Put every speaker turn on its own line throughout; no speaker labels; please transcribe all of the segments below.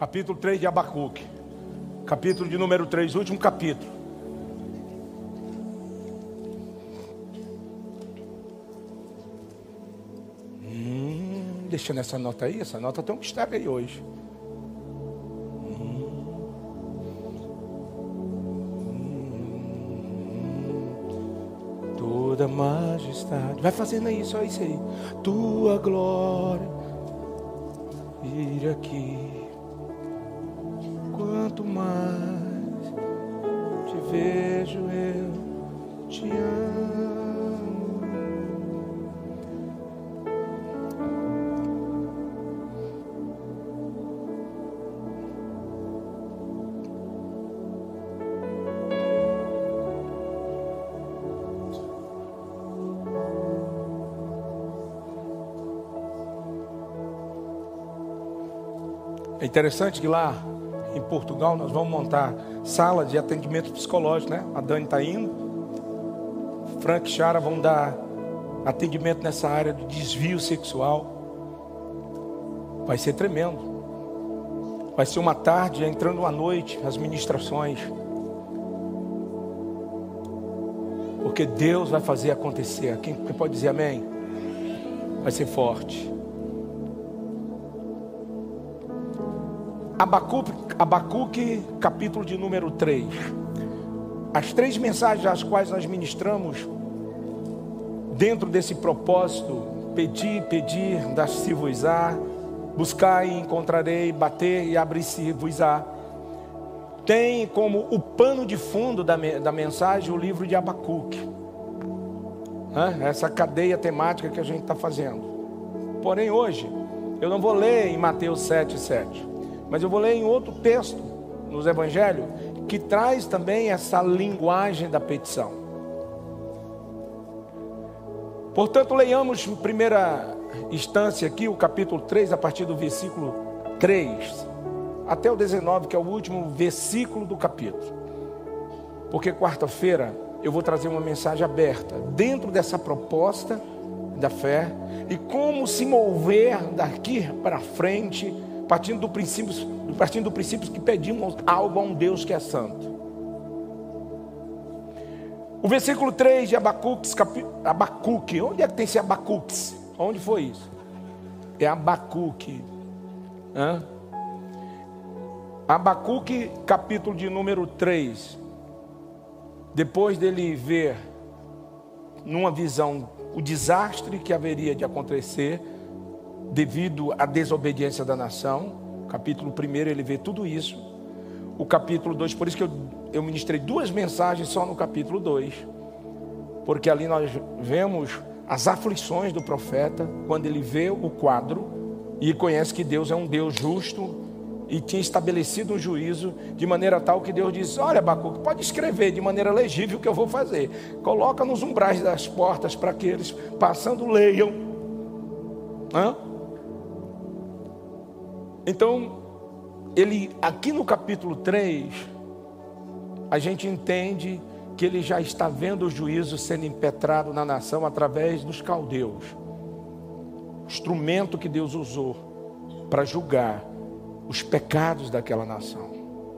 Capítulo 3 de Abacuque. Capítulo de número 3, último capítulo. Deixando essa nota aí, essa nota tem um destaque aí hoje. Toda majestade. Vai fazendo aí, só isso aí. Tua glória ir aqui. Quanto mais te vejo, eu te amo. É interessante que lá em Portugal nós vamos montar sala de atendimento psicológico, né? A Dani está indo. Frank e Chara vão dar atendimento nessa área de desvio sexual. Vai ser tremendo. Vai ser uma tarde, entrando uma noite, as ministrações. Porque Deus vai fazer acontecer. Quem pode dizer amém? Vai ser forte. Abacuque, capítulo de número 3. As 3 mensagens às quais nós ministramos, dentro desse propósito, pedir, dar-se-vos-á, buscar e encontrarei, bater e abrir-se-vos-á, tem como o pano de fundo da mensagem o livro de Abacuque. Essa cadeia temática que a gente está fazendo. Porém hoje, eu não vou ler em Mateus 7:7. Mas eu vou ler em outro texto, nos Evangelhos, que traz também essa linguagem da petição. Portanto, leiamos em primeira instância aqui o capítulo 3, a partir do versículo 3, até o 19, que é o último versículo do capítulo. Porque quarta-feira eu vou trazer uma mensagem aberta, dentro dessa proposta da fé, e como se mover daqui para frente, partindo do princípio que pedimos algo a um Deus que é santo. O versículo 3 de Abacuque, onde é que tem esse Abacuque? Onde foi isso? É Abacuque. Abacuque, capítulo de número 3. Depois dele ver, numa visão, o desastre que haveria de acontecer, devido à desobediência da nação. Capítulo 1 ele vê tudo isso. O capítulo 2, por isso que eu ministrei 2 mensagens só no capítulo 2, porque ali nós vemos as aflições do profeta, quando ele vê o quadro e conhece que Deus é um Deus justo e tinha estabelecido um juízo, de maneira tal que Deus diz: olha, Abacuque, pode escrever de maneira legível o que eu vou fazer, coloca nos umbrais das portas para que eles passando leiam. Então, ele aqui no capítulo 3, a gente entende que ele já está vendo o juízo sendo impetrado na nação através dos caldeus. Instrumento que Deus usou para julgar os pecados daquela nação.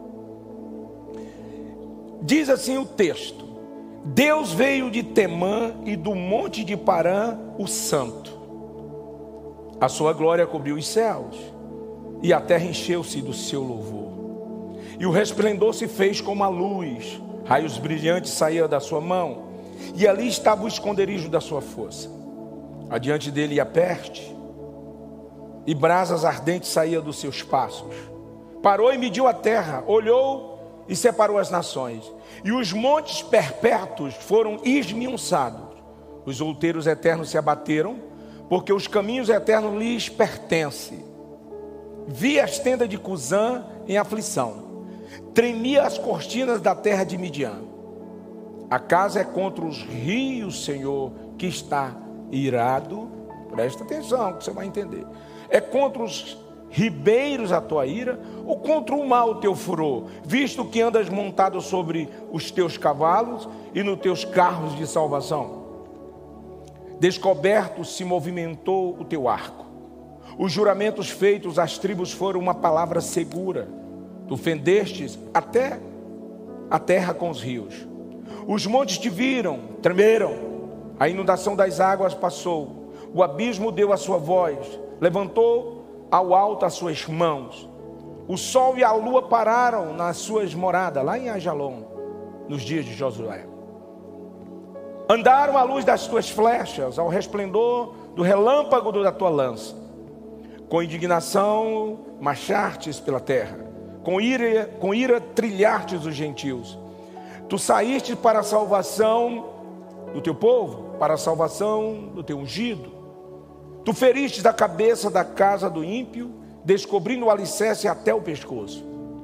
Diz assim o texto: Deus veio de Temã e do monte de Parã, o santo. A sua glória cobriu os céus, e a terra encheu-se do seu louvor. E o resplendor se fez como a luz, raios brilhantes saíam da sua mão, e ali estava o esconderijo da sua força. Adiante dele ia peste, e brasas ardentes saíam dos seus passos. Parou e mediu a terra, olhou e separou as nações. E os montes perpétuos foram esmiuçados. Os outeiros eternos se abateram, porque os caminhos eternos lhes pertencem. Vi as tendas de Cusã em aflição. Tremia as cortinas da terra de Midian. A casa é contra os rios, Senhor, que está irado. Presta atenção que você vai entender. É contra os ribeiros a tua ira, ou contra o mal o teu furor, visto que andas montado sobre os teus cavalos e nos teus carros de salvação? Descoberto se movimentou o teu arco. Os juramentos feitos às tribos foram uma palavra segura. Tu fendestes até a terra com os rios. Os montes te viram, tremeram. A inundação das águas passou. O abismo deu a sua voz. Levantou ao alto as suas mãos. O sol e a lua pararam nas suas moradas, lá em Ajalon, nos dias de Josué. Andaram à luz das tuas flechas, ao resplendor do relâmpago da tua lança. Com indignação marchastes pela terra, com ira trilhastes os gentios. Tu saíste para a salvação do teu povo, para a salvação do teu ungido. Tu feristes a cabeça da casa do ímpio, descobrindo o alicerce até o pescoço.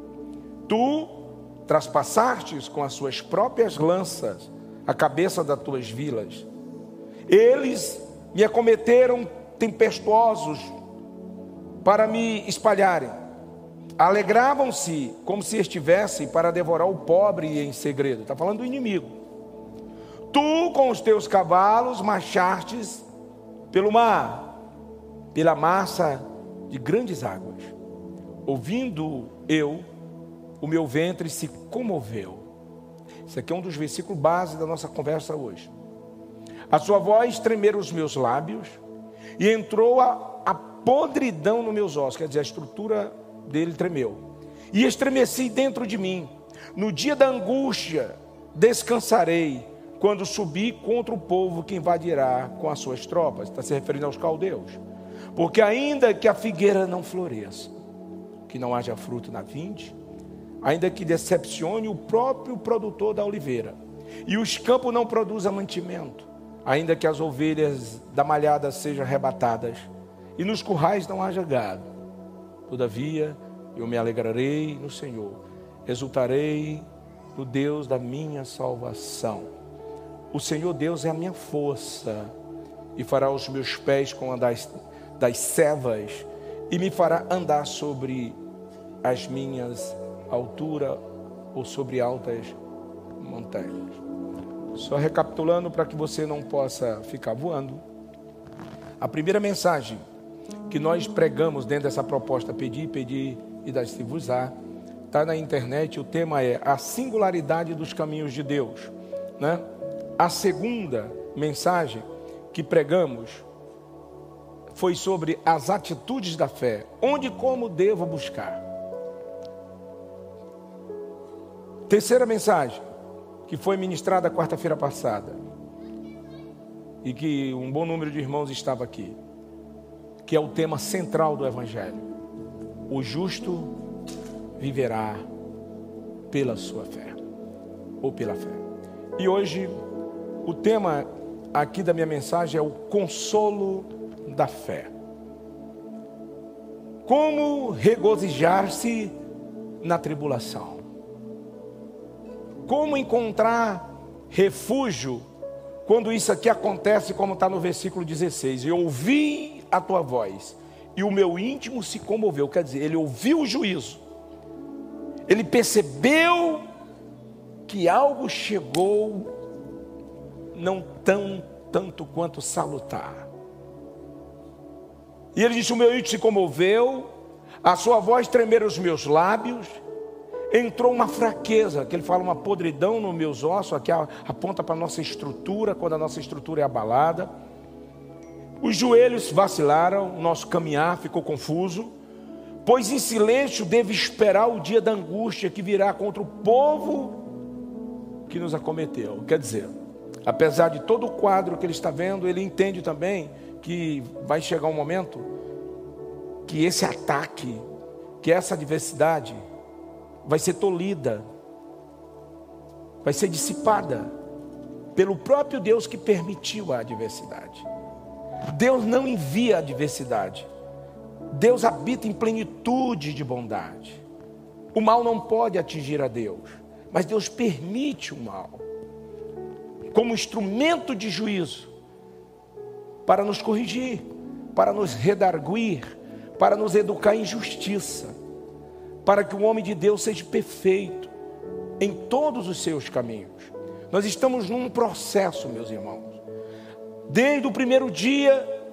Tu traspassastes com as suas próprias lanças a cabeça das tuas vilas. Eles me acometeram tempestuosos para me espalharem. Alegravam-se como se estivessem para devorar o pobre em segredo. Está falando do inimigo. Tu com os teus cavalos marchastes pelo mar, pela massa de grandes águas. Ouvindo eu, o meu ventre se comoveu. Isso aqui é um dos versículos base da nossa conversa hoje. A sua voz tremeram os meus lábios e entrou a podridão nos meus ossos, quer dizer, a estrutura dele tremeu. E estremeci dentro de mim. No dia da angústia descansarei, quando subi contra o povo que invadirá com as suas tropas. Está se referindo aos caldeus. Porque ainda que a figueira não floresça, que não haja fruto na vinde, ainda que decepcione o próprio produtor da oliveira, e os campos não produzam mantimento, ainda que as ovelhas da malhada sejam arrebatadas, e nos currais não haja gado, todavia eu me alegrarei no Senhor, exultarei no Deus da minha salvação. O Senhor Deus é a minha força, e fará os meus pés como das cevas, e me fará andar sobre as minhas alturas, ou sobre altas montanhas. Só recapitulando para que você não possa ficar voando. A primeira mensagem que nós pregamos dentro dessa proposta, pedir e dar-se-vos-á, está na internet. O tema é a singularidade dos caminhos de Deus, né? A segunda mensagem que pregamos foi sobre as atitudes da fé, onde e como devo buscar. Terceira mensagem, que foi ministrada quarta-feira passada, e que um bom número de irmãos estava aqui, que é o tema central do Evangelho: o justo viverá pela sua fé, ou pela fé. E hoje, o tema aqui da minha mensagem é o consolo da fé. Como regozijar-se na tribulação? Como encontrar refúgio quando isso aqui acontece, como está no versículo 16? Eu ouvi a tua voz e o meu íntimo se comoveu. Quer dizer, ele ouviu o juízo, ele percebeu que algo chegou não tanto quanto salutar. E ele disse: o meu íntimo se comoveu, a sua voz tremeram os meus lábios. Entrou uma fraqueza, que ele fala uma podridão nos meus ossos, aqui aponta para a nossa estrutura, quando a nossa estrutura é abalada. Os joelhos vacilaram, nosso caminhar ficou confuso, pois em silêncio devo esperar o dia da angústia que virá contra o povo que nos acometeu. Quer dizer, apesar de todo o quadro que ele está vendo, ele entende também que vai chegar um momento que esse ataque, que essa adversidade vai ser tolhida, vai ser dissipada pelo próprio Deus que permitiu a adversidade. Deus não envia a adversidade, Deus habita em plenitude de bondade. O mal não pode atingir a Deus, mas Deus permite o mal como instrumento de juízo para nos corrigir, para nos redarguir, para nos educar em justiça, para que o homem de Deus seja perfeito em todos os seus caminhos. Nós estamos num processo, meus irmãos. Desde o primeiro dia,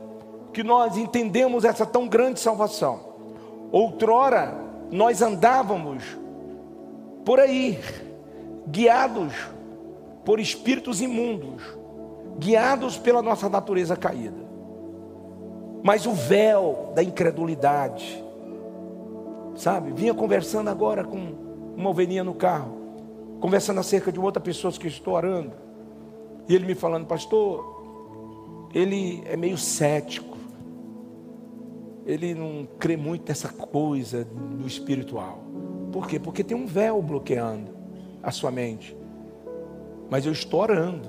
que nós entendemos essa tão grande salvação. Outrora, nós andávamos por aí, guiados por espíritos imundos, guiados pela nossa natureza caída. Mas o véu da incredulidade, sabe? Vinha conversando agora com uma ovelhinha no carro, conversando acerca de outra pessoa que estou orando, e ele me falando: pastor, ele é meio cético, ele não crê muito nessa coisa do espiritual. Por quê? Porque tem um véu bloqueando a sua mente. Mas eu estou orando.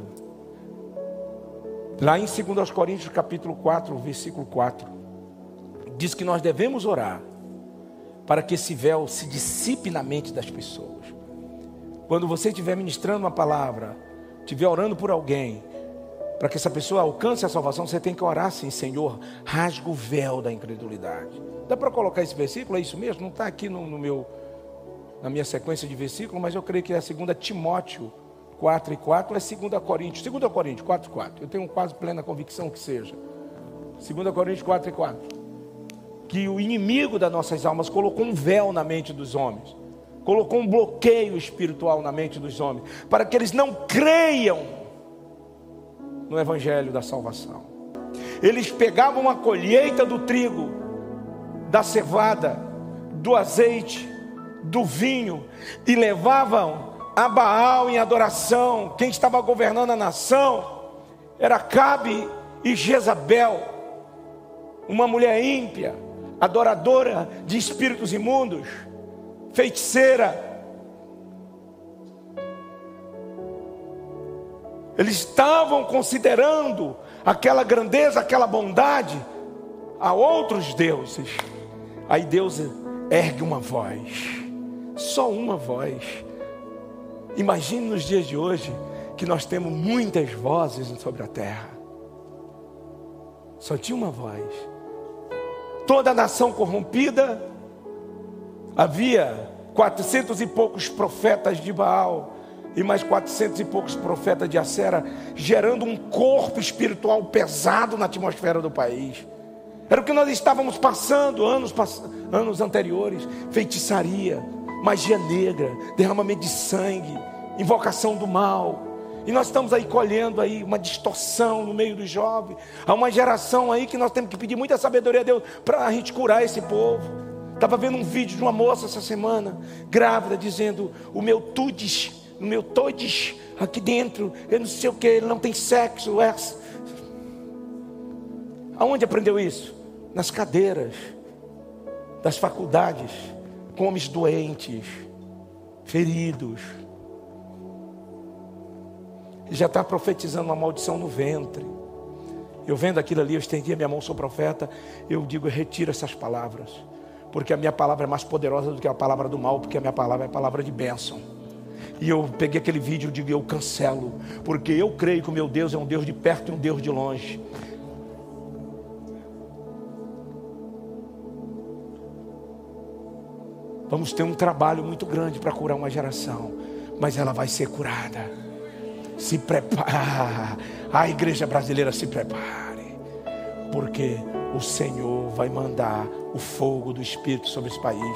Lá em 2 Coríntios capítulo 4, versículo 4, diz que nós devemos orar para que esse véu se dissipe na mente das pessoas. Quando você estiver ministrando uma palavra, estiver orando por alguém, para que essa pessoa alcance a salvação, você tem que orar assim: Senhor, rasga o véu da incredulidade. Dá para colocar esse versículo? É isso mesmo? Não está aqui na minha sequência de versículos, mas eu creio que é 2 Timóteo 4 e 4, é 2 Coríntios 4 e 4. Eu tenho quase plena convicção que seja 2 Coríntios 4 e 4. Que o inimigo das nossas almas colocou um véu na mente dos homens, colocou um bloqueio espiritual na mente dos homens, para que eles não creiam no evangelho da salvação. Eles pegavam a colheita do trigo, da cevada, do azeite, do vinho, e levavam a Baal em adoração. Quem estava governando a nação era Acabe e Jezabel, uma mulher ímpia, adoradora de espíritos imundos, feiticeira. Eles estavam considerando aquela grandeza, aquela bondade a outros deuses. Aí Deus ergue uma voz, só uma voz. Imagine nos dias de hoje que nós temos muitas vozes sobre a terra. Só tinha uma voz. Toda a nação corrompida. Havia 400 e poucos profetas de Baal e mais 400 e poucos profetas de Acera, gerando um corpo espiritual pesado na atmosfera do país. Era o que nós estávamos passando anos anteriores. Feitiçaria, magia negra, derramamento de sangue, invocação do mal. E nós estamos aí colhendo aí uma distorção no meio dos jovens. Há uma geração aí que nós temos que pedir muita sabedoria a Deus para a gente curar esse povo. Estava vendo um vídeo de uma moça essa semana, grávida, dizendo: o meu todes aqui dentro, eu não sei o que, ele não tem sexo. Aonde aprendeu isso? Nas cadeiras das faculdades, com homens doentes, feridos. E já está profetizando uma maldição no ventre. Eu vendo aquilo ali, eu estendi a minha mão, sou profeta. Eu digo: retira essas palavras, porque a minha palavra é mais poderosa do que a palavra do mal, porque a minha palavra é a palavra de bênção. E eu peguei aquele vídeo e digo: eu cancelo, porque eu creio que o meu Deus é um Deus de perto e um Deus de longe. Vamos ter um trabalho muito grande para curar uma geração, mas ela vai ser curada. Se prepare, a igreja brasileira, se prepare, porque o Senhor vai mandar o fogo do Espírito sobre esse país.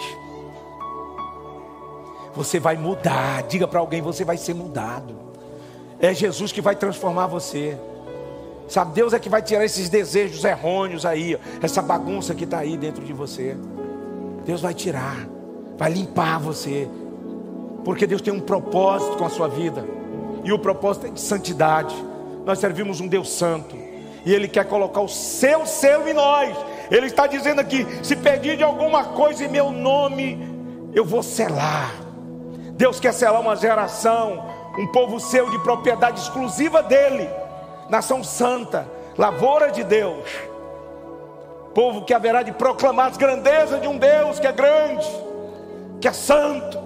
Você vai mudar. Diga para alguém: você vai ser mudado. É Jesus que vai transformar você. Sabe, Deus é que vai tirar esses desejos errôneos aí, essa bagunça que está aí dentro de você. Deus vai tirar, vai limpar você, porque Deus tem um propósito com a sua vida. E o propósito é de santidade. Nós servimos um Deus santo, e Ele quer colocar o seu selo em nós. Ele está dizendo aqui: se pedir de alguma coisa em meu nome, eu vou selar. Deus quer selar uma geração, um povo seu de propriedade exclusiva dEle, nação santa, lavoura de Deus, povo que haverá de proclamar as grandezas de um Deus que é grande, que é santo,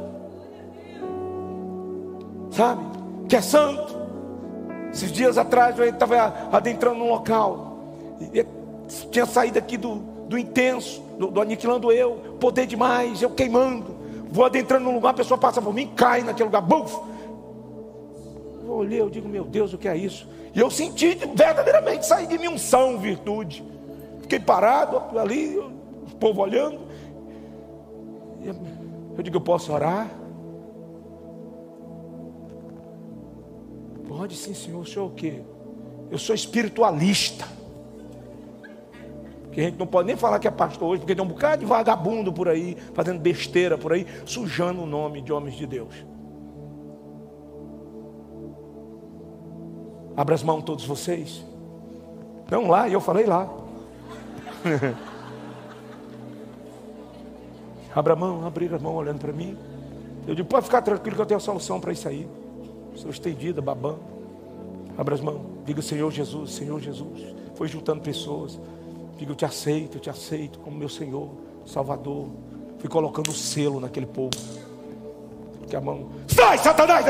sabe, que é santo. Esses dias atrás eu estava adentrando num local, e tinha saído aqui do intenso, do aniquilando eu, poder demais, eu queimando. Vou adentrando num lugar, a pessoa passa por mim, cai naquele lugar, buf. Eu olhei, eu digo: meu Deus, o que é isso? E eu senti verdadeiramente sair de mim unção, virtude. fiquei parado ali, o povo olhando. Eu digo, eu posso orar? Pode sim, senhor. O senhor o quê? Eu sou espiritualista. Que a gente não pode nem falar que é pastor hoje, porque tem um bocado de vagabundo por aí, fazendo besteira por aí, sujando o nome de homens de Deus. Abra as mãos todos vocês. Não lá, e eu falei lá. Abra a mão, abrir as mãos olhando para mim. Eu digo, pode ficar tranquilo que eu tenho a solução para isso aí. Sou estendida, babando. Abra as mãos, diga Senhor Jesus, Senhor Jesus. Foi juntando pessoas. Diga, eu te aceito como meu Senhor, Salvador. Fui colocando o selo naquele povo. Que a mão, sai Satanás!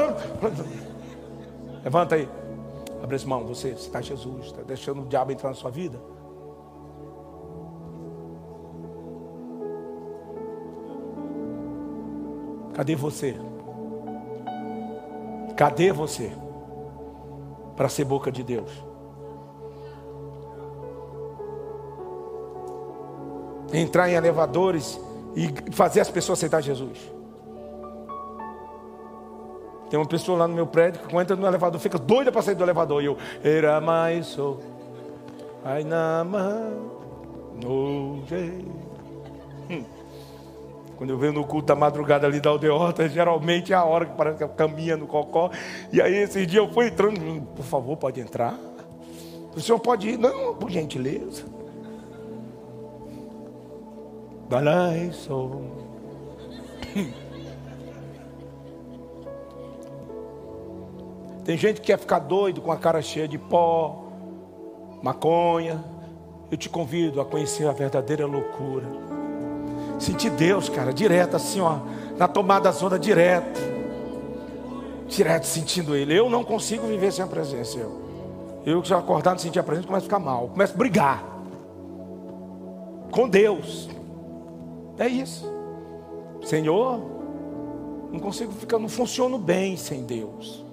Levanta aí. Abre as mãos, você está Jesus, está deixando o diabo entrar na sua vida. Cadê você? Cadê você? Para ser boca de Deus. Entrar em elevadores e fazer as pessoas aceitar Jesus. Tem uma pessoa lá no meu prédio que quando entra no elevador fica doida para sair do elevador. E eu, era mais sou, ai na mão, no jeito. Quando eu venho no culto da madrugada ali da aldeota, geralmente é a hora que parece que eu caminho no cocó. E aí esse dia eu fui entrando, por favor, pode entrar? O senhor pode ir? Não, por gentileza. Balai sou. Tem gente que quer ficar doido com a cara cheia de pó, maconha. Eu te convido a conhecer a verdadeira loucura. Sentir Deus, cara, direto assim, ó, na tomada da zona, direto sentindo Ele. Eu não consigo viver sem a presença. Eu que já acordado, sentir a presença, começo a ficar mal, começo a brigar com Deus. É isso. Senhor, não consigo ficar, não funciono bem sem Deus.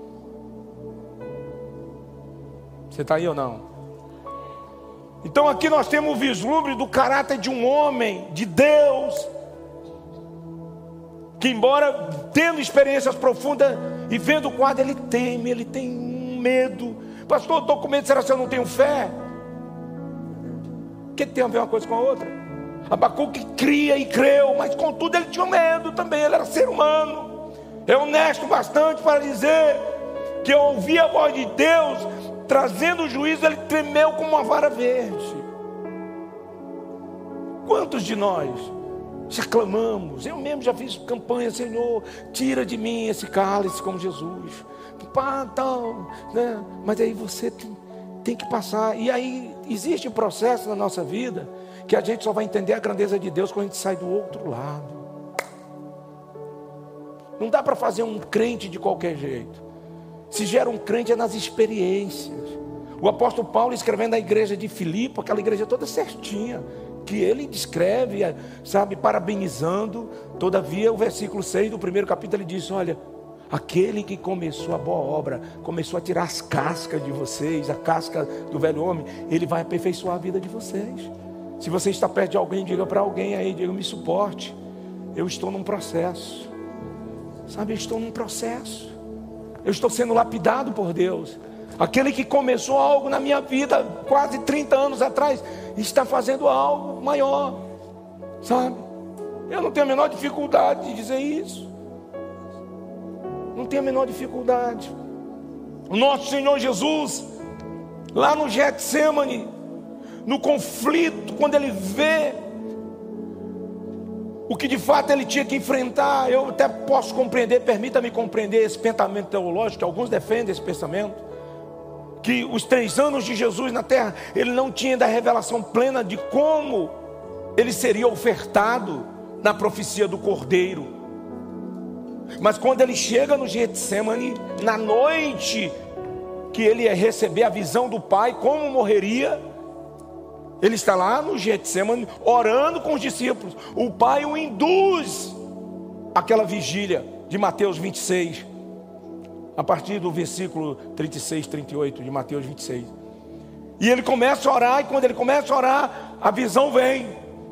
Você está aí ou não? Então aqui nós temos o vislumbre do caráter de um homem, de Deus, que embora tendo experiências profundas e vendo o quadro, ele teme, ele tem um medo. Pastor, eu estou com medo, será que eu não tenho fé? O que tem a ver uma coisa com a outra? Abacuque cria e creu, mas contudo ele tinha medo também, ele era ser humano. É honesto bastante para dizer que ao ouvir a voz de Deus trazendo o juízo, ele tremeu como uma vara verde. Quantos de nós já clamamos? Eu mesmo já fiz campanha, Senhor, tira de mim esse cálice como Jesus. Pá, tal, né? Mas aí você tem que passar. E aí existe um processo na nossa vida que a gente só vai entender a grandeza de Deus quando a gente sai do outro lado. Não dá para fazer um crente de qualquer jeito. Se gera um crente é nas experiências. O apóstolo Paulo escrevendo a igreja de Filipe, aquela igreja toda certinha, que ele descreve, sabe, parabenizando. Todavia o versículo 6 do primeiro capítulo ele diz, olha, aquele que começou a boa obra, começou a tirar as cascas de vocês, a casca do velho homem, ele vai aperfeiçoar a vida de vocês. Se você está perto de alguém, diga para alguém aí, diga, me suporte, eu estou num processo, sabe, eu estou num processo, eu estou sendo lapidado por Deus. Aquele que começou algo na minha vida quase 30 anos atrás, está fazendo algo maior, sabe, eu não tenho a menor dificuldade de dizer isso, não tenho a menor dificuldade. O nosso Senhor Jesus, lá no Getsemane, no conflito, quando ele vê o que de fato ele tinha que enfrentar, eu até posso compreender, permita-me compreender esse pensamento teológico, que alguns defendem esse pensamento, que os 3 anos de Jesus na terra, ele não tinha ainda a revelação plena de como ele seria ofertado na profecia do Cordeiro. Mas quando ele chega no Getsemane, na noite que ele ia receber a visão do Pai, como morreria, ele está lá no Getsemane, orando com os discípulos. O Pai o induz àquela vigília de Mateus 26, a partir do versículo 36, 38 de Mateus 26. E ele começa a orar, e quando ele começa a orar, a visão vem.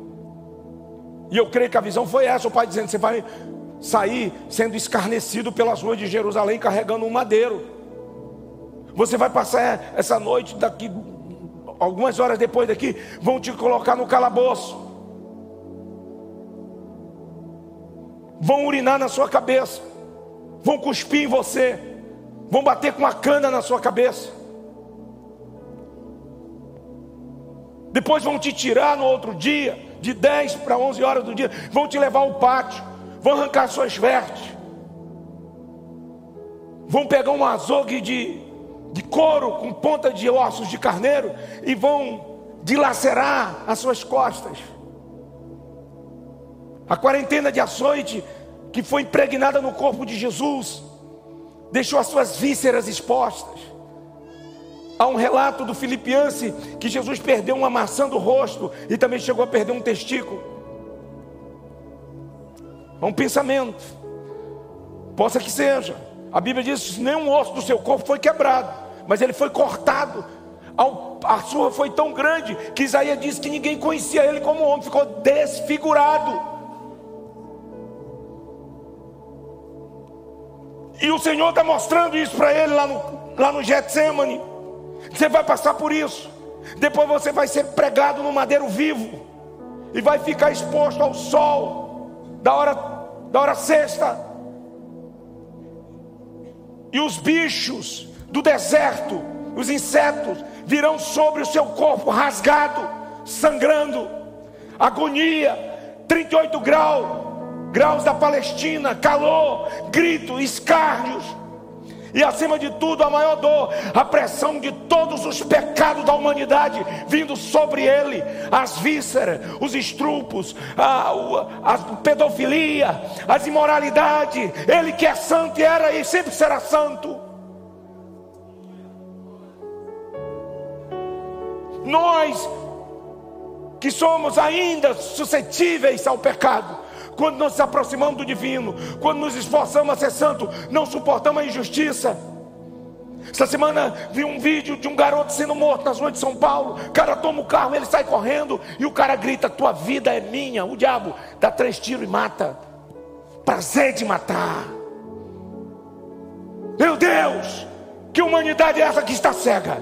E eu creio que a visão foi essa, o pai dizendo: você vai sair sendo escarnecido pelas ruas de Jerusalém, carregando um madeiro. Você vai passar essa noite, daqui algumas horas depois daqui, vão te colocar no calabouço, vão urinar na sua cabeça, vão cuspir em você, vão bater com a cana na sua cabeça. Depois vão te tirar no outro dia, de 10 para 11 horas do dia, vão te levar ao pátio, vão arrancar suas vestes, vão pegar um azogue de couro com ponta de ossos de carneiro e vão dilacerar as suas costas. A quarentena de açoite que foi impregnada no corpo de Jesus deixou as suas vísceras expostas. Há um relato do Filipense que Jesus perdeu uma maçã do rosto e também chegou a perder um testículo. É um pensamento. Possa que seja. A Bíblia diz que nenhum osso do seu corpo foi quebrado, mas ele foi cortado. A surra foi tão grande que Isaías disse que ninguém conhecia ele como homem, ficou desfigurado. E o Senhor está mostrando isso para ele lá no Getsêmani. Você vai passar por isso. Depois você vai ser pregado no madeiro vivo e vai ficar exposto ao sol da hora sexta. E os bichos do deserto, os insetos, virão sobre o seu corpo rasgado, sangrando. Agonia, 38 graus da Palestina, calor, grito, escárnios. E acima de tudo a maior dor, a pressão de todos os pecados da humanidade vindo sobre ele, as vísceras, os estrupos, a pedofilia, as imoralidades. Ele que é santo e era e sempre será santo. Nós que somos ainda suscetíveis ao pecado, quando nos aproximamos do divino, quando nos esforçamos a ser santo, não suportamos a injustiça. Essa semana vi um vídeo de um garoto sendo morto nas ruas de São Paulo. O cara toma o carro, ele sai correndo e o cara grita: tua vida é minha. O diabo dá 3 tiros e mata. Prazer de matar. Meu Deus, que humanidade é essa que está cega?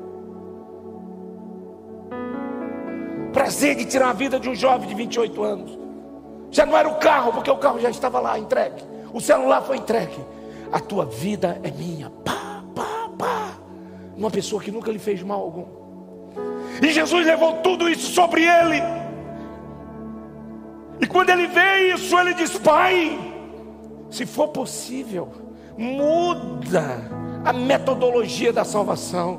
Prazer de tirar a vida de um jovem de 28 anos. Já não era o carro, porque o carro já estava lá entregue. O celular foi entregue. A tua vida é minha. Pá, pá, pá. Uma pessoa que nunca lhe fez mal algum. E Jesus levou tudo isso sobre ele. E quando ele vê isso, ele diz: Pai, se for possível, muda a metodologia da salvação.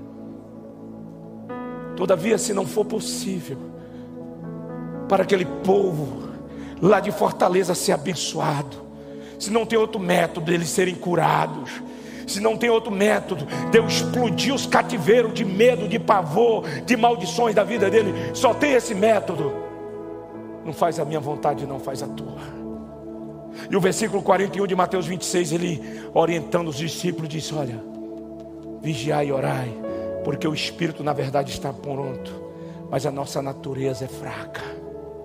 Todavia, se não for possível, para aquele povo lá de Fortaleza ser abençoado, se não tem outro método deles serem curados, se não tem outro método de eu explodir os cativeiros de medo, de pavor, de maldições da vida dele, só tem esse método. Não faz a minha vontade, não faz a tua. E o versículo 41 de Mateus 26, ele orientando os discípulos disse: olha, vigiai e orai, porque o Espírito na verdade está pronto, mas a nossa natureza é fraca.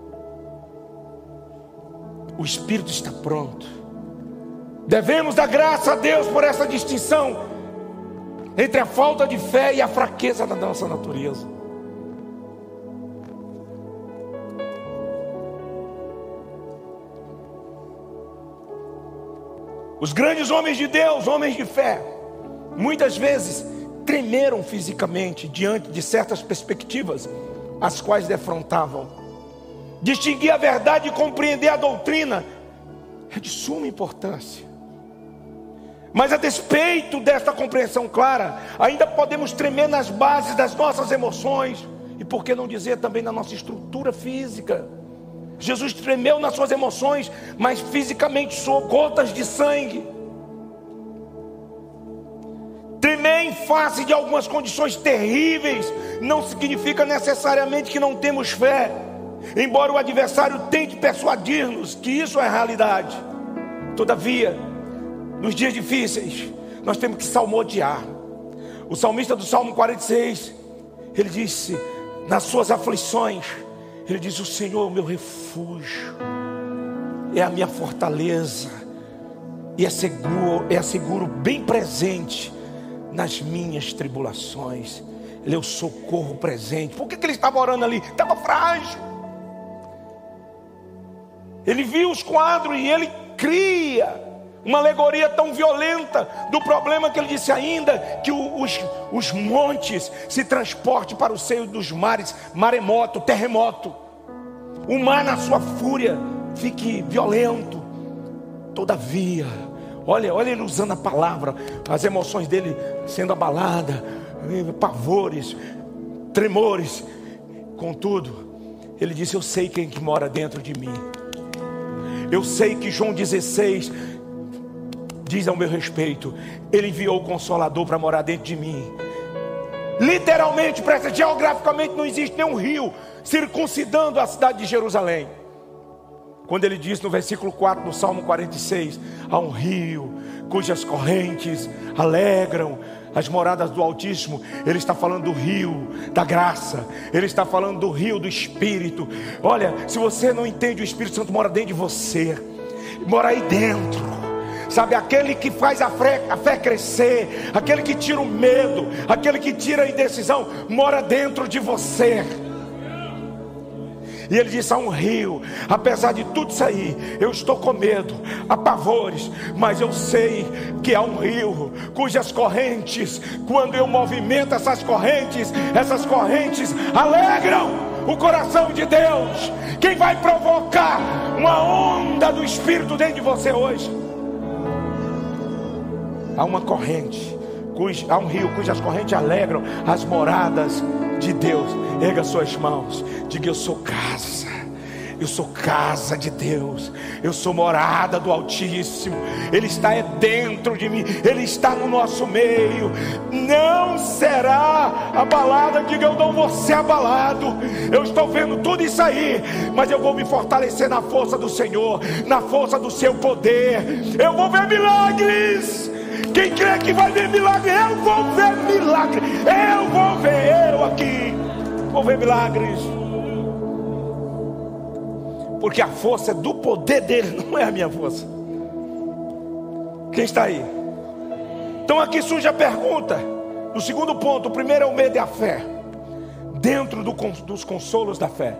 O Espírito está pronto. Devemos dar graça a Deus por essa distinção entre a falta de fé e a fraqueza da nossa natureza. Os grandes homens de Deus, homens de fé, muitas vezes tremeram fisicamente diante de certas perspectivas as quais defrontavam. Distinguir a verdade e compreender a doutrina é de suma importância. Mas a despeito desta compreensão clara, ainda podemos tremer nas bases das nossas emoções. E por que não dizer também na nossa estrutura física? Jesus tremeu nas suas emoções, mas fisicamente suou gotas de sangue. Tremer em face de algumas condições terríveis não significa necessariamente que não temos fé. Embora o adversário tente persuadir-nos que isso é realidade, todavia, nos dias difíceis, nós temos que salmodiar. O salmista do Salmo 46, Ele disse, nas suas aflições, ele diz: o Senhor é o meu refúgio, é a minha fortaleza, e é seguro bem presente nas minhas tribulações. Ele é o socorro presente. Por que ele estava orando ali? Estava frágil. Ele viu os quadros e ele cria uma alegoria tão violenta do problema que ele disse ainda que os montes se transportem para o seio dos mares, maremoto, terremoto. O mar na sua fúria fique violento. Todavia, olha ele usando a palavra, as emoções dele sendo abaladas, pavores, tremores. Contudo, ele disse: eu sei quem que mora dentro de mim. Eu sei que João 16 diz ao meu respeito: ele enviou o Consolador para morar dentro de mim. Literalmente, geograficamente não existe nenhum rio circuncidando a cidade de Jerusalém. Quando ele diz no versículo 4 do Salmo 46: há um rio cujas correntes alegram as moradas do Altíssimo. Ele está falando do rio da graça, ele está falando do rio do Espírito. Olha, se você não entende, o Espírito Santo mora dentro de você, mora aí dentro, sabe, aquele que faz a fé crescer, aquele que tira o medo, aquele que tira a indecisão, mora dentro de você. E ele disse: há um rio. Apesar de tudo isso aí, eu estou com medo, há pavores, mas eu sei que há um rio cujas correntes, quando eu movimento essas correntes alegram o coração de Deus. Quem vai provocar uma onda do Espírito dentro de você hoje? Há uma corrente, há um rio cujas correntes alegram as moradas de Deus. Erga suas mãos, diga: eu sou casa, eu sou casa de Deus, eu sou morada do Altíssimo. Ele está dentro de mim, Ele está no nosso meio. Não será abalada. Diga: eu não vou ser abalado. Eu estou vendo tudo isso aí, mas eu vou me fortalecer na força do Senhor, na força do seu poder. Eu vou ver milagres. Quem crê que vai ver milagre? Eu vou ver milagre. Eu vou ver, eu aqui vou ver milagres. Porque a força é do poder dele, não é a minha força. Quem está aí? Então aqui surge a pergunta. No segundo ponto, o primeiro é o medo e a fé. Dentro dos consolos da fé,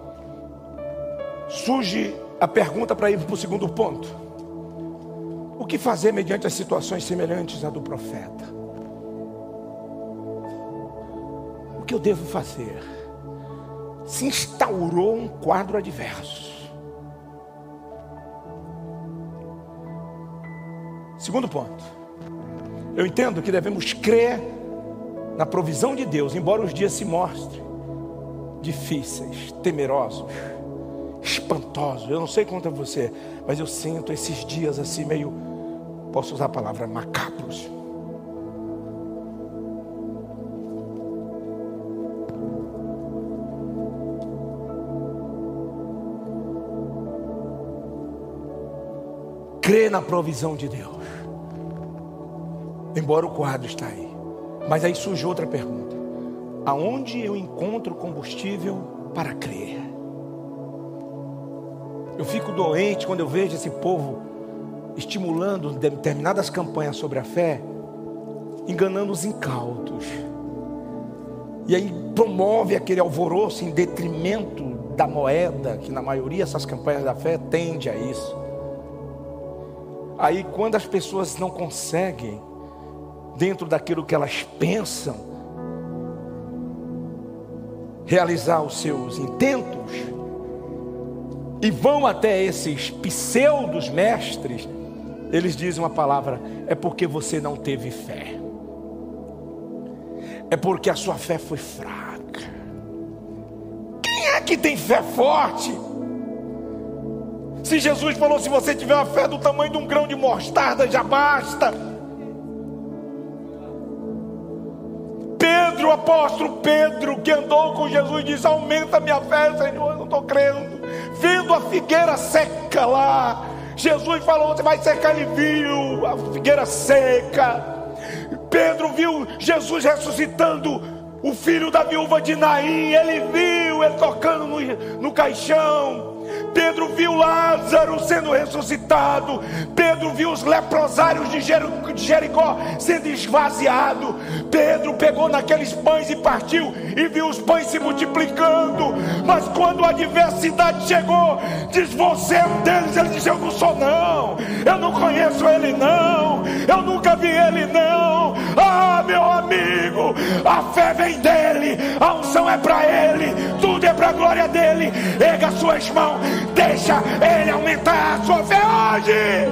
surge a pergunta para ir para o segundo ponto: o que fazer mediante as situações semelhantes à do profeta? O que eu devo fazer? Se instaurou um quadro adverso. Segundo ponto, eu entendo que devemos crer na provisão de Deus, embora os dias se mostrem difíceis, temerosos, espantosos. Eu não sei quanto a você, mas eu sinto esses dias assim meio, posso usar a palavra, macabros. Crê na provisão de Deus, embora o quadro está aí. Mas aí surge outra pergunta: aonde eu encontro combustível para crer? Eu fico doente quando eu vejo esse povo estimulando determinadas campanhas sobre a fé, enganando os incautos. E aí promove aquele alvoroço em detrimento da moeda, que na maioria essas campanhas da fé tende a isso. Aí quando as pessoas não conseguem, dentro daquilo que elas pensam, realizar os seus intentos, e vão até esses pseudos mestres, eles dizem uma palavra: é porque você não teve fé, é porque a sua fé foi fraca. Quem é que tem fé forte? Se Jesus falou: se você tiver uma fé do tamanho de um grão de mostarda, já basta. Pedro, o apóstolo Pedro, que andou com Jesus, disse: aumenta a minha fé, Senhor, eu não estou crendo. Vendo a figueira seca lá, Jesus falou: você vai secar. Ele viu a figueira seca. Pedro viu Jesus ressuscitando o filho da viúva de Naim, ele viu ele tocando no caixão. Pedro viu Lázaro sendo ressuscitado. Pedro viu os leprosários de Jericó sendo esvaziados. Pedro pegou naqueles pães e partiu e viu os pães se multiplicando. Mas quando a adversidade chegou, diz: você é um deles. Ele disse: eu não sou não, eu não conheço ele não, eu nunca vi ele não. Ah, meu amigo, a fé vem dele, a unção é para ele, tudo é para a glória dele. Erga suas mãos, deixa ele aumentar a sua fé hoje.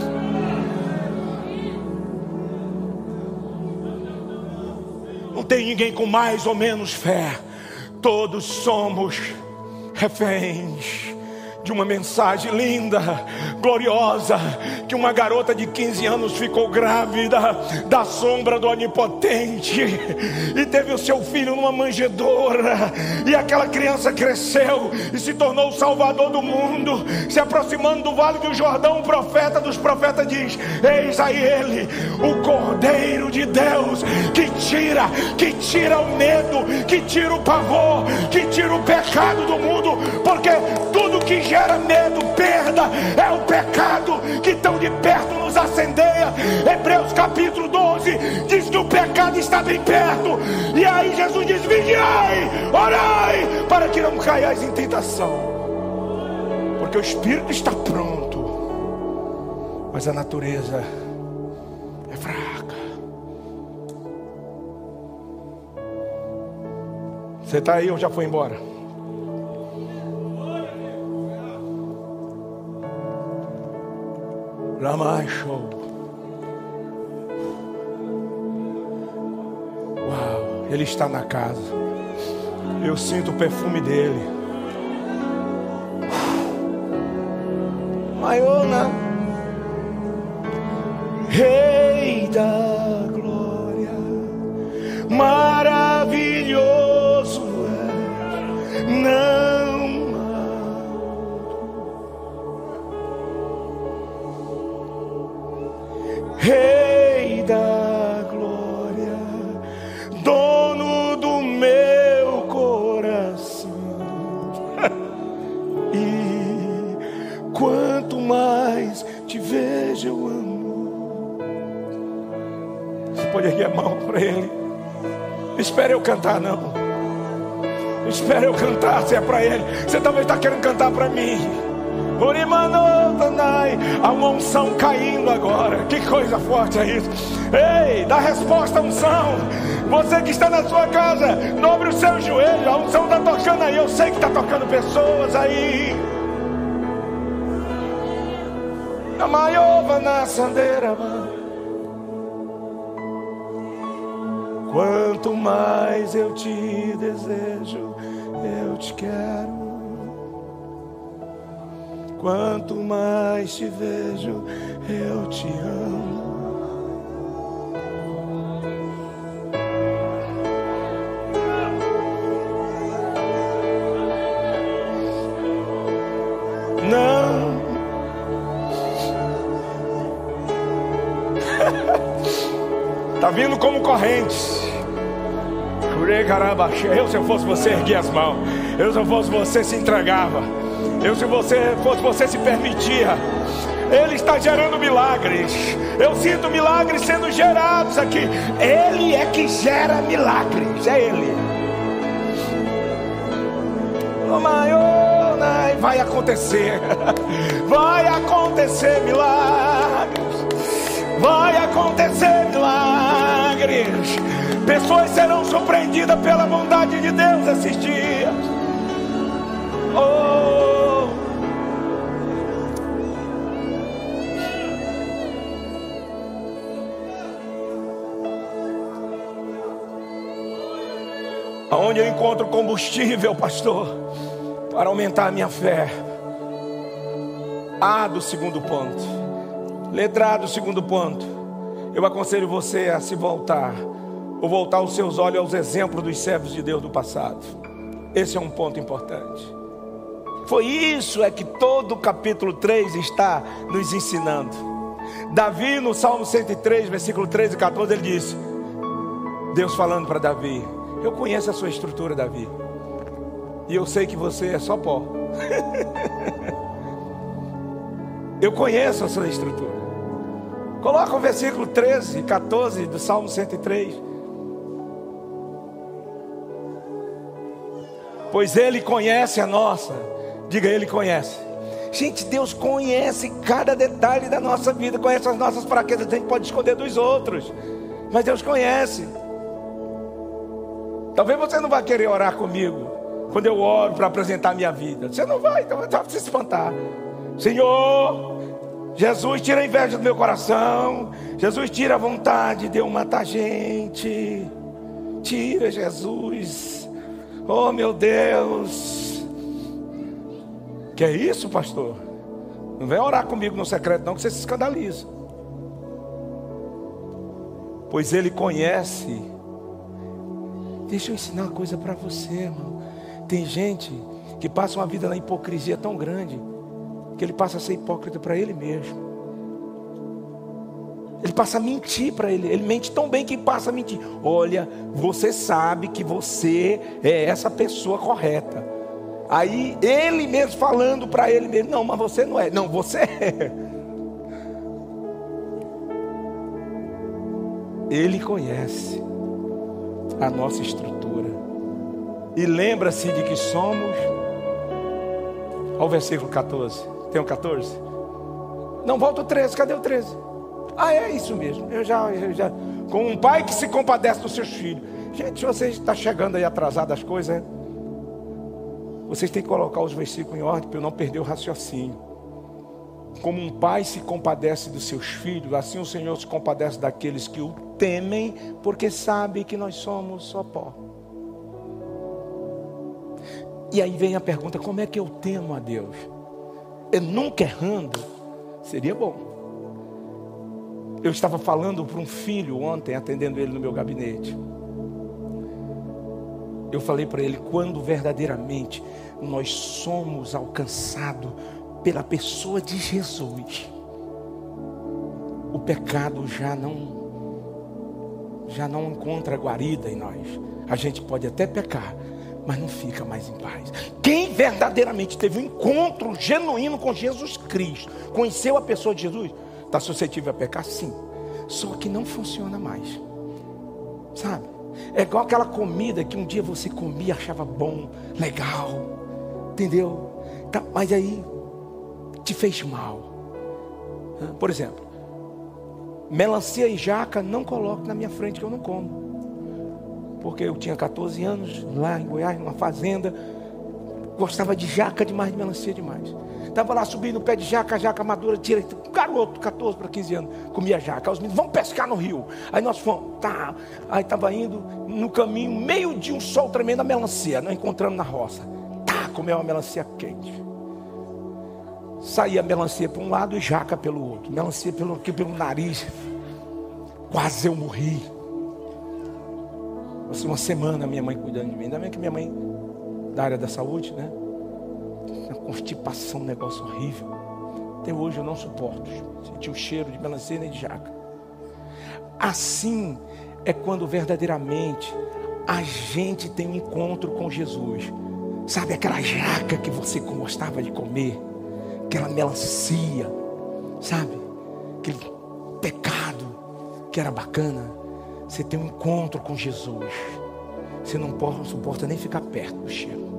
Não tem ninguém com mais ou menos fé. Todos somos reféns de uma mensagem linda, gloriosa, que uma garota de 15 anos ficou grávida da sombra do Onipotente e teve o seu filho numa manjedoura, e aquela criança cresceu e se tornou o salvador do mundo. Se aproximando do Vale do Jordão, um profeta dos profetas diz: eis aí ele, o Cordeiro de Deus, que tira o medo, que tira o pavor, que tira o pecado do mundo, porque tudo que gera medo, perda, é o pecado que tão de perto nos acendeia. Hebreus capítulo 12 diz que o pecado está bem perto. E aí Jesus diz: vigiai, orai, para que não caiais em tentação, porque o espírito está pronto, mas a natureza é fraca. Você está aí ou já foi embora? Show. Uau, ele está na casa. Eu sinto o perfume dele. Maiona, Rei da glória, maravilhoso é, não. Rei da glória, dono do meu coração. E quanto mais te vejo, eu amo. Você pode erguer a mão para ele. Espere eu cantar, não. Espere eu cantar, se é para ele. Você talvez está querendo cantar para mim. Há uma unção caindo agora. Que coisa forte é isso. Ei, dá resposta à unção. Você que está na sua casa, dobre o seu joelho. A unção está tocando aí. Eu sei que está tocando pessoas aí. A maior na sandeira. Quanto mais eu te desejo, eu te quero. Quanto mais te vejo, eu te amo. Não. Tá vindo como correntes. Eu, se eu fosse você, erguia as mãos. Eu, se eu fosse você, se entregava. Eu, se você fosse você, se permitia. Ele está gerando milagres. Eu sinto milagres sendo gerados aqui. Ele é que gera milagres. É Ele. O maior, vai acontecer. Vai acontecer milagres. Vai acontecer milagres. Pessoas serão surpreendidas pela bondade de Deus esses dias. Oh. Aonde eu encontro combustível, pastor, para aumentar a minha fé? A do segundo ponto. Letra A do segundo ponto. Eu aconselho você a se voltar, ou voltar os seus olhos aos exemplos dos servos de Deus do passado. Esse é um ponto importante. Foi isso é que todo o capítulo 3 está nos ensinando. Davi, no Salmo 103, versículo 13 e 14, ele disse, Deus falando para Davi: Eu conheço a sua estrutura, Davi. E eu sei que você é só pó. Eu conheço a sua estrutura. Coloca o versículo 13 e 14 do Salmo 103. Pois Ele conhece a nossa. Diga, Ele conhece. Gente, Deus conhece cada detalhe da nossa vida. Conhece as nossas fraquezas. A gente pode esconder dos outros, mas Deus conhece. Talvez você não vá querer orar comigo quando eu oro para apresentar a minha vida. Você não vai, então vai se espantar. Senhor, Jesus, tira a inveja do meu coração. Jesus, tira a vontade de eu matar gente. Tira, Jesus. Oh, meu Deus. Que é isso, pastor? Não vem orar comigo no secreto não, que você se escandaliza. Pois Ele conhece. Deixa eu ensinar uma coisa para você, irmão. Tem gente que passa uma vida na hipocrisia tão grande que ele passa a ser hipócrita para ele mesmo. Ele passa a mentir para ele. Ele mente tão bem que passa a mentir. Olha, você sabe que você é essa pessoa correta. Aí ele mesmo falando para ele mesmo: não, mas você não é. Não, você é. Ele conhece a nossa estrutura e lembra-se de que somos. Olha o versículo 14. Tem o 14? Não, volta o 13. Cadê o 13? Ah, é isso mesmo. Eu já com um pai que se compadece dos seus filhos. Gente, se você está chegando aí atrasado as coisas, vocês têm que colocar os versículos em ordem para eu não perder o raciocínio. Como um pai se compadece dos seus filhos, assim o Senhor se compadece daqueles que o temem, porque sabe que nós somos só pó. E aí vem a pergunta: como é que eu temo a Deus? Eu nunca errando? Seria bom. Eu estava falando para um filho ontem, atendendo ele no meu gabinete. Eu falei para ele: quando verdadeiramente nós somos alcançados pela pessoa de Jesus, o pecado já não encontra guarida em nós. A gente pode até pecar, mas não fica mais em paz. Quem verdadeiramente teve um encontro genuíno com Jesus Cristo, conheceu a pessoa de Jesus, está suscetível a pecar? Sim. Só que não funciona mais. Sabe? É igual aquela comida que um dia você comia, achava bom, legal, entendeu? Tá, mas aí te fez mal. Por exemplo, melancia e jaca não coloco na minha frente, que eu não como. Porque eu tinha 14 anos lá em Goiás, numa fazenda, gostava de jaca demais, de melancia demais. Estava lá subindo no pé de jaca, a jaca madura, tira, um garoto, 14 para 15 anos, comia jaca. Aí os meninos: vamos pescar no rio. Aí nós fomos, tá. Aí estava indo no caminho, meio de um sol tremendo, a melancia, nós encontramos na roça. Tá, comeu uma melancia quente. Saía a melancia para um lado e jaca pelo outro. Melancia pelo nariz. Quase eu morri. Passei uma semana minha mãe cuidando de mim. Ainda bem que minha mãe, da área da saúde, né? Uma constipação, um negócio horrível. Até hoje eu não suporto sentir o cheiro de melancia nem de jaca. Assim é quando verdadeiramente a gente tem um encontro com Jesus. Sabe aquela jaca que você gostava de comer? Aquela melancia, sabe? Aquele pecado que era bacana. Você tem um encontro com Jesus. Você não suporta nem ficar perto do cheiro.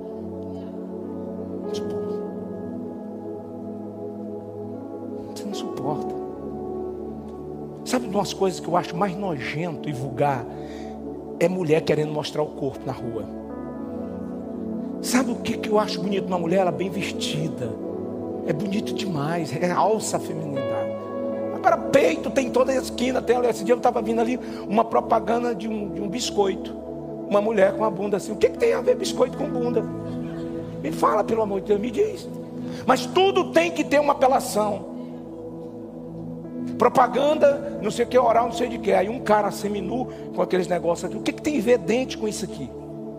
Você não suporta. Sabe de umas coisas que eu acho mais nojento e vulgar? É mulher querendo mostrar o corpo na rua. Sabe o que eu acho bonito numa mulher? Ela bem vestida. É bonito demais, é alça a feminilidade. Agora peito tem toda a esquina. Esse dia eu estava vindo ali uma propaganda de um biscoito. Uma mulher com a bunda assim. O que tem a ver biscoito com bunda? Me fala, pelo amor de Deus, me diz. Mas tudo tem que ter uma apelação. Propaganda, não sei o que, oral, não sei de que. Aí um cara seminu com aqueles negócios aqui. O que tem a ver dente com isso aqui?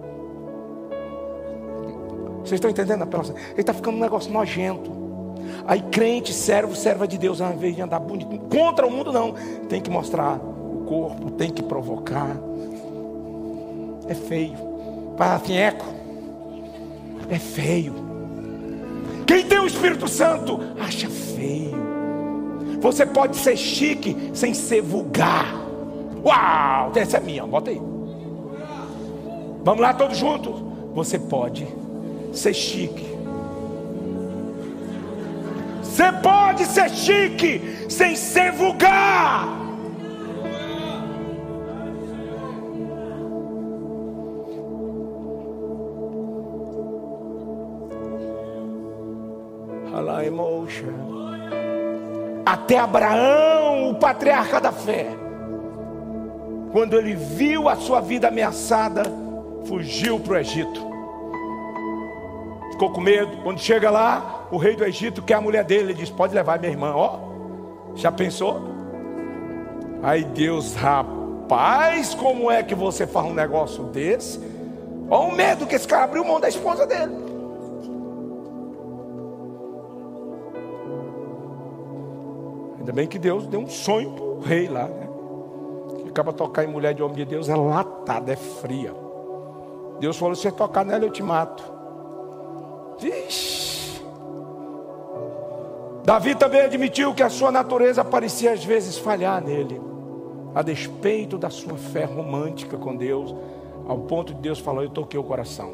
Vocês estão entendendo a apelação? Ele está ficando um negócio nojento. Aí crente, serva de Deus, ao invés de andar bonito contra o mundo, não. Tem que mostrar o corpo, tem que provocar. É feio. Fala assim, eco. É feio. Quem tem o Espírito Santo acha feio. Você pode ser chique sem ser vulgar. Uau, essa é minha, bota aí. Vamos lá todos juntos. Você pode ser chique. Você pode ser chique sem ser vulgar. Até Abraão, o patriarca da fé, quando ele viu a sua vida ameaçada, fugiu para o Egito. Ficou com medo. Quando chega lá, o rei do Egito quer a mulher dele. Ele diz, pode levar minha irmã. Ó, já pensou? Aí Deus, rapaz, como é que você faz um negócio desse? Olha o medo que esse cara abriu mão da esposa dele. Ainda bem que Deus deu um sonho para o rei lá, né? Que acaba tocar em mulher de homem de Deus é latada, é fria. Deus falou, se você tocar nela eu te mato. Vixe. Davi também admitiu que a sua natureza parecia às vezes falhar nele, a despeito da sua fé romântica com Deus, ao ponto de Deus falar, eu toquei o coração.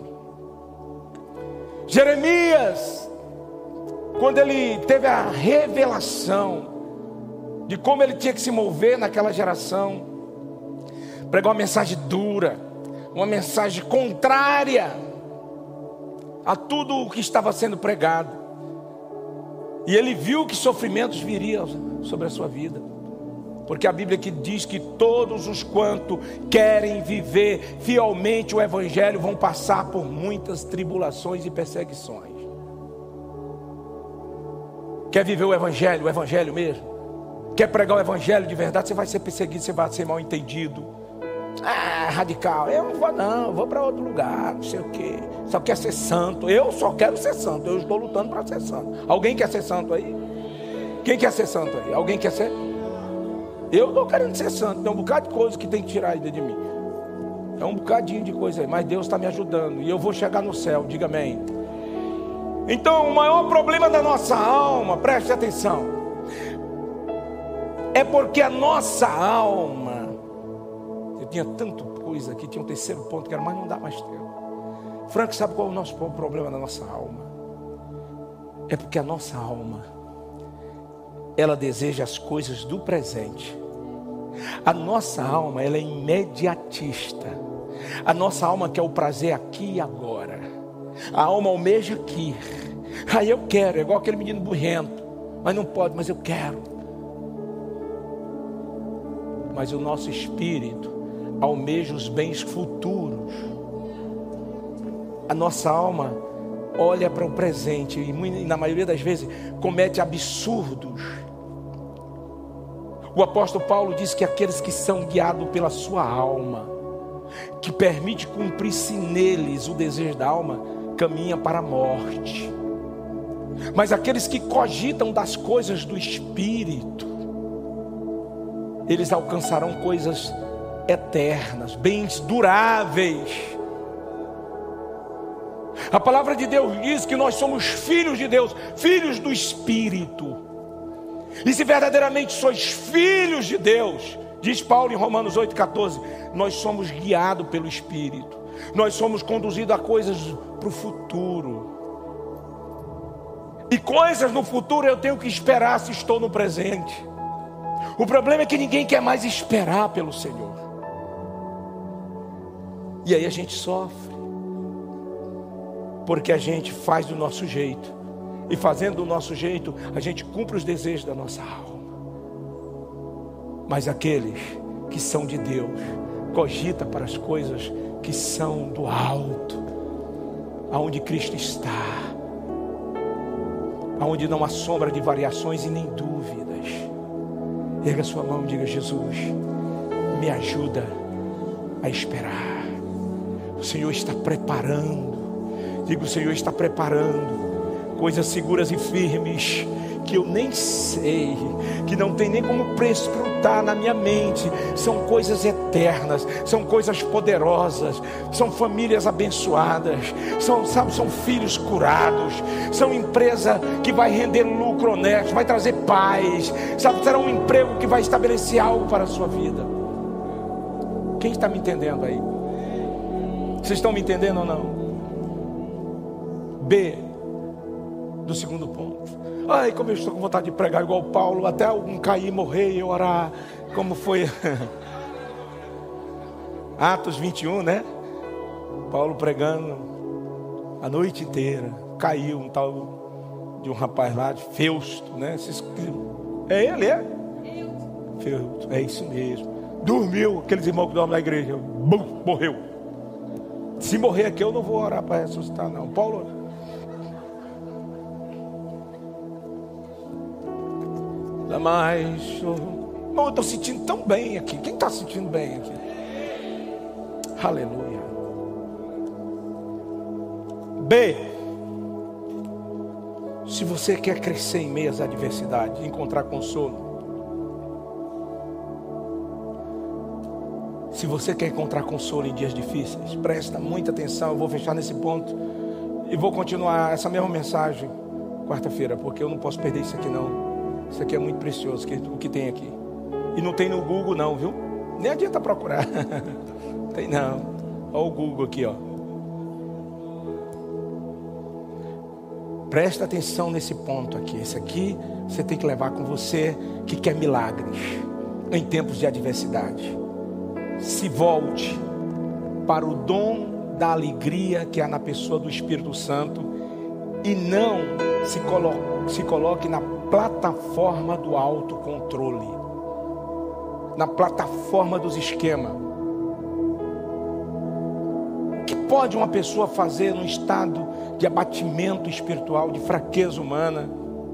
Jeremias, quando ele teve a revelação de como ele tinha que se mover naquela geração, pregou uma mensagem dura, uma mensagem contrária a tudo o que estava sendo pregado. E ele viu que sofrimentos viriam sobre a sua vida, porque a Bíblia que diz que todos os quanto querem viver fielmente o Evangelho vão passar por muitas tribulações e perseguições. Quer viver o Evangelho mesmo? Quer pregar o Evangelho de verdade? Você vai ser perseguido, você vai ser mal entendido. Ah, radical, eu não vou não, eu vou para outro lugar, não sei o que. Só quer ser santo, eu só quero ser santo. Eu estou lutando para ser santo. Alguém quer ser santo aí? Quem quer ser santo aí? Alguém quer ser? Eu estou querendo ser santo. Tem um bocado de coisa que tem que tirar aí de mim. É um bocadinho de coisa aí, mas Deus está me ajudando. E eu vou chegar no céu, diga amém. Então o maior problema da nossa alma, preste atenção, é porque a nossa alma, eu tinha tanta coisa aqui, tinha um terceiro ponto que era, mas não dá mais tempo. Frank, sabe qual é o nosso problema da nossa alma? É porque a nossa alma, ela deseja as coisas do presente. A nossa alma, ela é imediatista. A nossa alma quer o prazer aqui e agora. A alma almeja aqui. Aí eu quero, é igual aquele menino burrento, mas não pode, mas eu quero. Mas o nosso espírito almeja os bens futuros. A nossa alma olha para o presente e na maioria das vezes comete absurdos. O apóstolo Paulo diz que aqueles que são guiados pela sua alma, que permite cumprir-se neles o desejo da alma, caminha para a morte. Mas aqueles que cogitam das coisas do espírito, eles alcançarão coisas eternas, bens duráveis. A palavra de Deus diz que nós somos filhos de Deus, filhos do Espírito. E se verdadeiramente sois filhos de Deus, diz Paulo em Romanos 8,14, nós somos guiados pelo Espírito. Nós somos conduzidos a coisas para o futuro. E coisas no futuro eu tenho que esperar se estou no presente. O problema é que ninguém quer mais esperar pelo Senhor. E aí a gente sofre, porque a gente faz do nosso jeito. E fazendo do nosso jeito, a gente cumpre os desejos da nossa alma. Mas aqueles que são de Deus, cogita para as coisas que são do alto, aonde Cristo está, aonde não há sombra de variações e nem dúvidas. Erga sua mão e diga: Jesus, me ajuda a esperar. O Senhor está preparando. Diga: o Senhor está preparando coisas seguras e firmes que eu nem sei, que não tem nem como prescrutar na minha mente. São coisas eternas, são coisas poderosas, são famílias abençoadas, são filhos curados, são empresa que vai render lucro honesto, vai trazer paz, será um emprego que vai estabelecer algo para a sua vida. Quem está me entendendo aí? Vocês estão me entendendo ou não? B, do segundo ponto. Ai, como eu estou com vontade de pregar igual Paulo, até algum cair, morrer e eu orar, como foi Atos 21, né? Paulo pregando a noite inteira, caiu um tal de um rapaz lá, de Feusto, né? É ele, é? Feusto, é isso mesmo. Dormiu, aqueles irmãos que dormem na igreja, bum, morreu. Se morrer aqui eu não vou orar para ressuscitar não. Paulo, mas eu estou sentindo tão bem aqui. Quem está sentindo bem aqui? Aleluia. B, se você quer crescer em meio às adversidades, encontrar consolo, se você quer encontrar consolo em dias difíceis, presta muita atenção. Eu vou fechar nesse ponto e vou continuar essa mesma mensagem quarta-feira, porque eu não posso perder isso aqui não. Isso aqui é muito precioso, o que tem aqui. E não tem no Google não, viu? Nem adianta procurar. Tem não. Olha o Google aqui, ó. Presta atenção nesse ponto aqui. Esse aqui você tem que levar com você, que quer milagres em tempos de adversidade. Se volte para o dom da alegria que há na pessoa do Espírito Santo e não se coloque na plataforma do autocontrole, na plataforma dos esquemas. O que pode uma pessoa fazer num estado de abatimento espiritual, de fraqueza humana?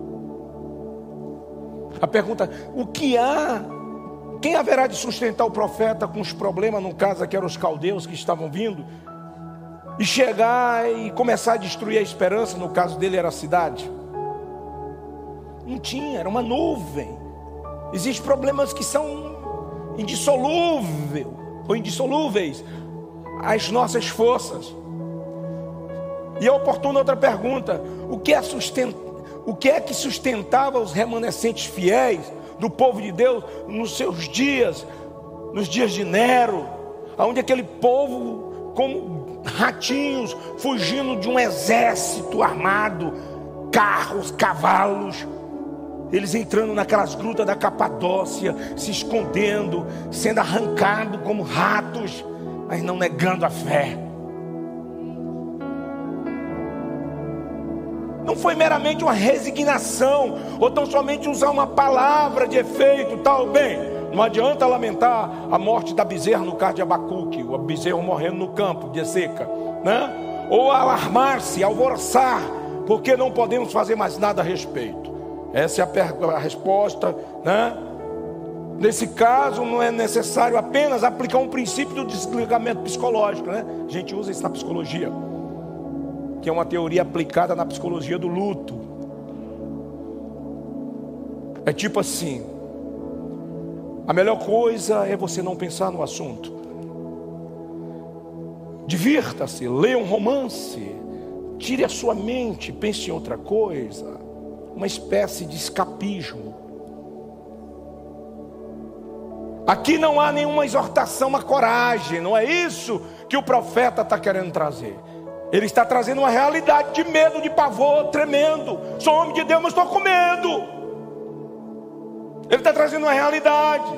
A pergunta, quem haverá de sustentar o profeta com os problemas, no caso aqui eram os caldeus que estavam vindo, e chegar e começar a destruir a esperança, no caso dele era a cidade? Não tinha, era uma nuvem. Existem problemas que são indissolúveis às nossas forças. E é oportuna outra pergunta: o que é que sustentava os remanescentes fiéis do povo de Deus nos seus dias, nos dias de Nero, onde aquele povo, como ratinhos, fugindo de um exército armado, carros, cavalos, eles entrando naquelas grutas da Capadócia, se escondendo, sendo arrancados como ratos, mas não negando a fé. Não foi meramente uma resignação, ou tão somente usar uma palavra de efeito, tal. Bem, não adianta lamentar a morte da bezerra no caso de Abacuque, o bezerro morrendo no campo de seca, né? Ou alarmar-se, alvoroçar, porque não podemos fazer mais nada a respeito. Essa é a resposta, né? Nesse caso não é necessário apenas aplicar um princípio do desligamento psicológico, né? A gente usa isso na psicologia, que é uma teoria aplicada na psicologia do luto. É tipo assim: a melhor coisa é você não pensar no assunto. Divirta-se, leia um romance, tire a sua mente, pense em outra coisa. Uma espécie de escapismo. Aqui não há nenhuma exortação à coragem. Não é isso que o profeta está querendo trazer. Ele está trazendo uma realidade de medo, de pavor tremendo. Sou homem de Deus, mas estou com medo. Ele está trazendo uma realidade.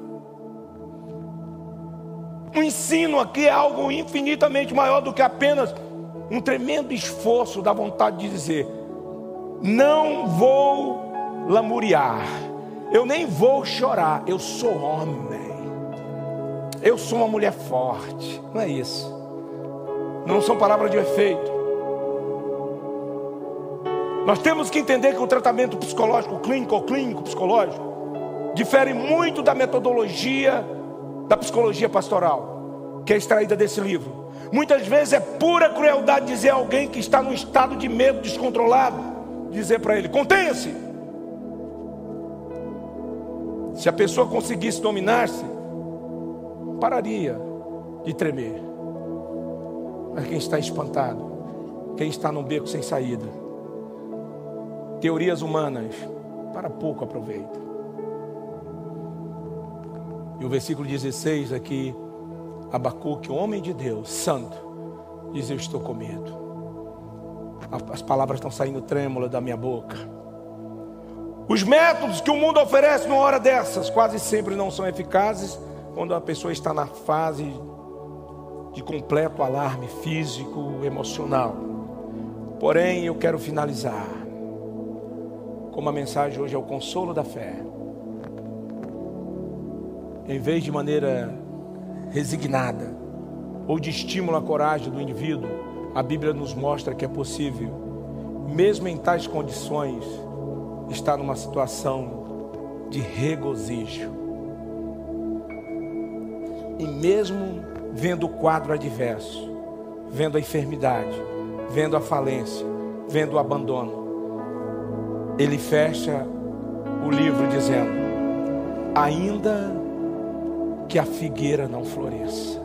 O ensino aqui é algo infinitamente maior do que apenas um tremendo esforço da vontade de dizer: não vou lamuriar, eu nem vou chorar, eu sou homem, eu sou uma mulher forte. Não é isso. Não são palavras de efeito. Nós temos que entender que o tratamento psicológico clínico psicológico difere muito da metodologia da psicologia pastoral, que é extraída desse livro. Muitas vezes é pura crueldade dizer a alguém que está num estado de medo descontrolado, dizer para ele: contenha-se, Se a pessoa conseguisse dominar-se, pararia de tremer. Mas quem está espantado, quem está num beco sem saída, teorias humanas, para pouco aproveita. E o versículo 16 aqui, Abacuque, homem de Deus, santo, diz: eu estou com medo. As palavras estão saindo trêmulas da minha boca. Os métodos que o mundo oferece numa hora dessas quase sempre não são eficazes quando a pessoa está na fase de completo alarme físico, emocional. Porém, eu quero finalizar com uma mensagem hoje: é o consolo da fé. Em vez de maneira resignada ou de estímulo à coragem do indivíduo, a Bíblia nos mostra que é possível, mesmo em tais condições, estar numa situação de regozijo. E mesmo vendo o quadro adverso, vendo a enfermidade, vendo a falência, vendo o abandono, ele fecha o livro dizendo: ainda que a figueira não floresça,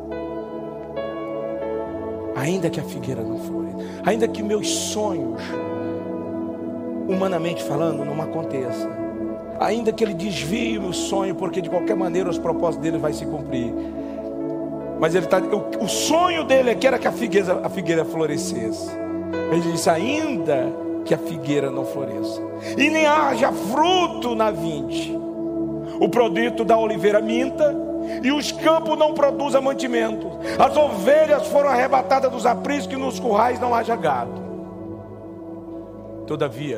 ainda que a figueira não floresça, ainda que meus sonhos, humanamente falando, não aconteça, ainda que ele desvie o meu sonho, porque de qualquer maneira os propósitos dele vai se cumprir, mas ele o sonho dele é que era que a figueira florescesse. Ele disse: ainda que a figueira não floresça e nem haja fruto na vinde, o produto da oliveira minta, e os campos não produzam mantimento, as ovelhas foram arrebatadas dos apriscos, e nos currais não haja gado. Todavia,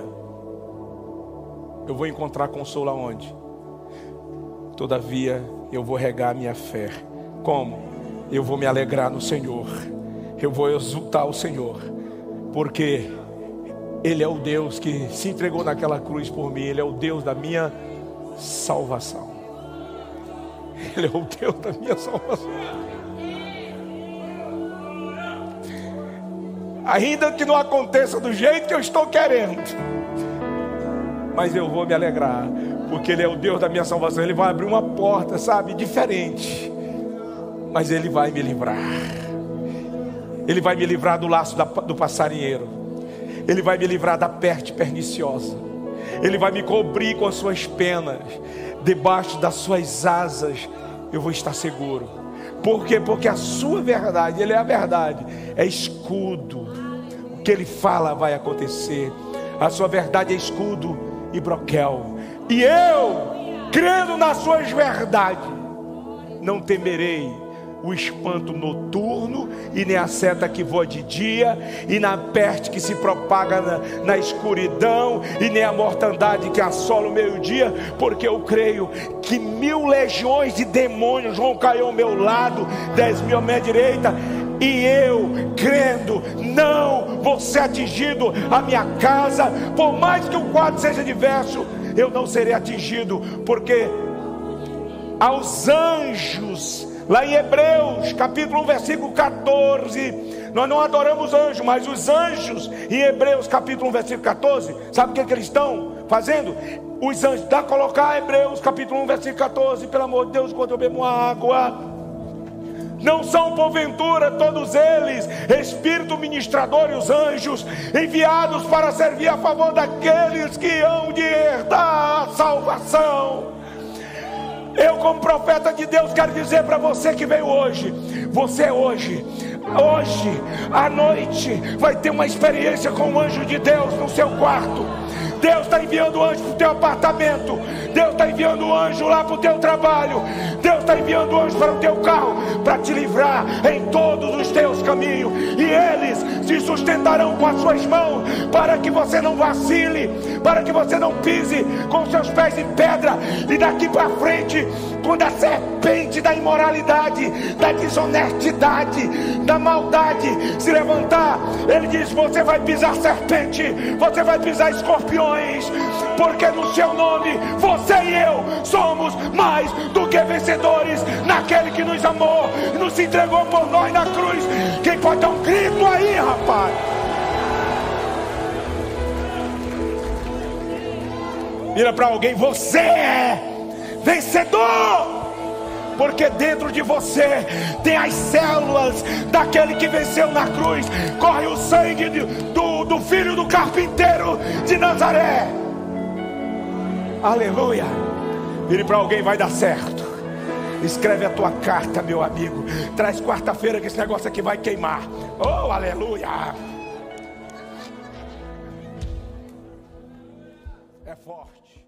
eu vou encontrar consolo aonde? Todavia, eu vou regar a minha fé. Como? Eu vou me alegrar no Senhor, eu vou exultar o Senhor, porque Ele é o Deus que se entregou naquela cruz por mim. Ele é o Deus da minha salvação. Ele é o Deus da minha salvação. Ainda que não aconteça do jeito que eu estou querendo, mas eu vou me alegrar, porque Ele é o Deus da minha salvação. Ele vai abrir uma porta, sabe, diferente, mas Ele vai me livrar. Ele vai me livrar do laço do passarinheiro. Ele vai me livrar da peste perniciosa. Ele vai me cobrir com as suas penas. Debaixo das suas asas eu vou estar seguro. Por quê? Porque a sua verdade, Ele é a verdade, é escudo. O que Ele fala vai acontecer. A sua verdade é escudo e broquel. E eu, crendo nas suas verdades, não temerei o espanto noturno, e nem a seta que voa de dia, e na peste que se propaga na escuridão, e nem a mortandade que assola o meio-dia, porque eu creio que 1000 legiões de demônios vão cair ao meu lado, 10.000 à minha direita, e eu, crendo, não vou ser atingido. A minha casa, por mais que o quadro seja diverso, eu não serei atingido, porque aos anjos, lá em Hebreus capítulo 1 versículo 14, nós não adoramos anjos, mas os anjos em Hebreus capítulo 1 versículo 14, sabe o que eles estão fazendo? Os anjos, dá colocar Hebreus capítulo 1 versículo 14, pelo amor de Deus, enquanto eu bebo uma água. Não são porventura todos eles espírito ministrador e os anjos enviados para servir a favor daqueles que hão de herdar a salvação? Eu, como profeta de Deus, quero dizer para você que veio hoje, você hoje à noite vai ter uma experiência com o anjo de Deus no seu quarto. Deus está enviando anjo para o teu apartamento. Deus está enviando anjo lá para o teu trabalho. Deus está enviando anjo para o teu carro, para te livrar em todos os teus caminhos. E eles se sustentarão com as suas mãos, para que você não vacile, para que você não pise com seus pés em pedra. E daqui para frente, quando a serpente da imoralidade, da desonestidade, da maldade se levantar, Ele diz: você vai pisar serpente, você vai pisar escorpiões, porque no seu nome você e eu somos mais do que vencedores naquele que nos amou e nos entregou por nós na cruz. Quem pode dar um grito aí, rapaz? Vira para alguém: você é vencedor. Porque dentro de você tem as células daquele que venceu na cruz. Corre o sangue do filho do carpinteiro de Nazaré. Aleluia. Vire para alguém, vai dar certo. Escreve a tua carta, meu amigo. Traz quarta-feira que esse negócio aqui vai queimar. Oh, aleluia. É forte.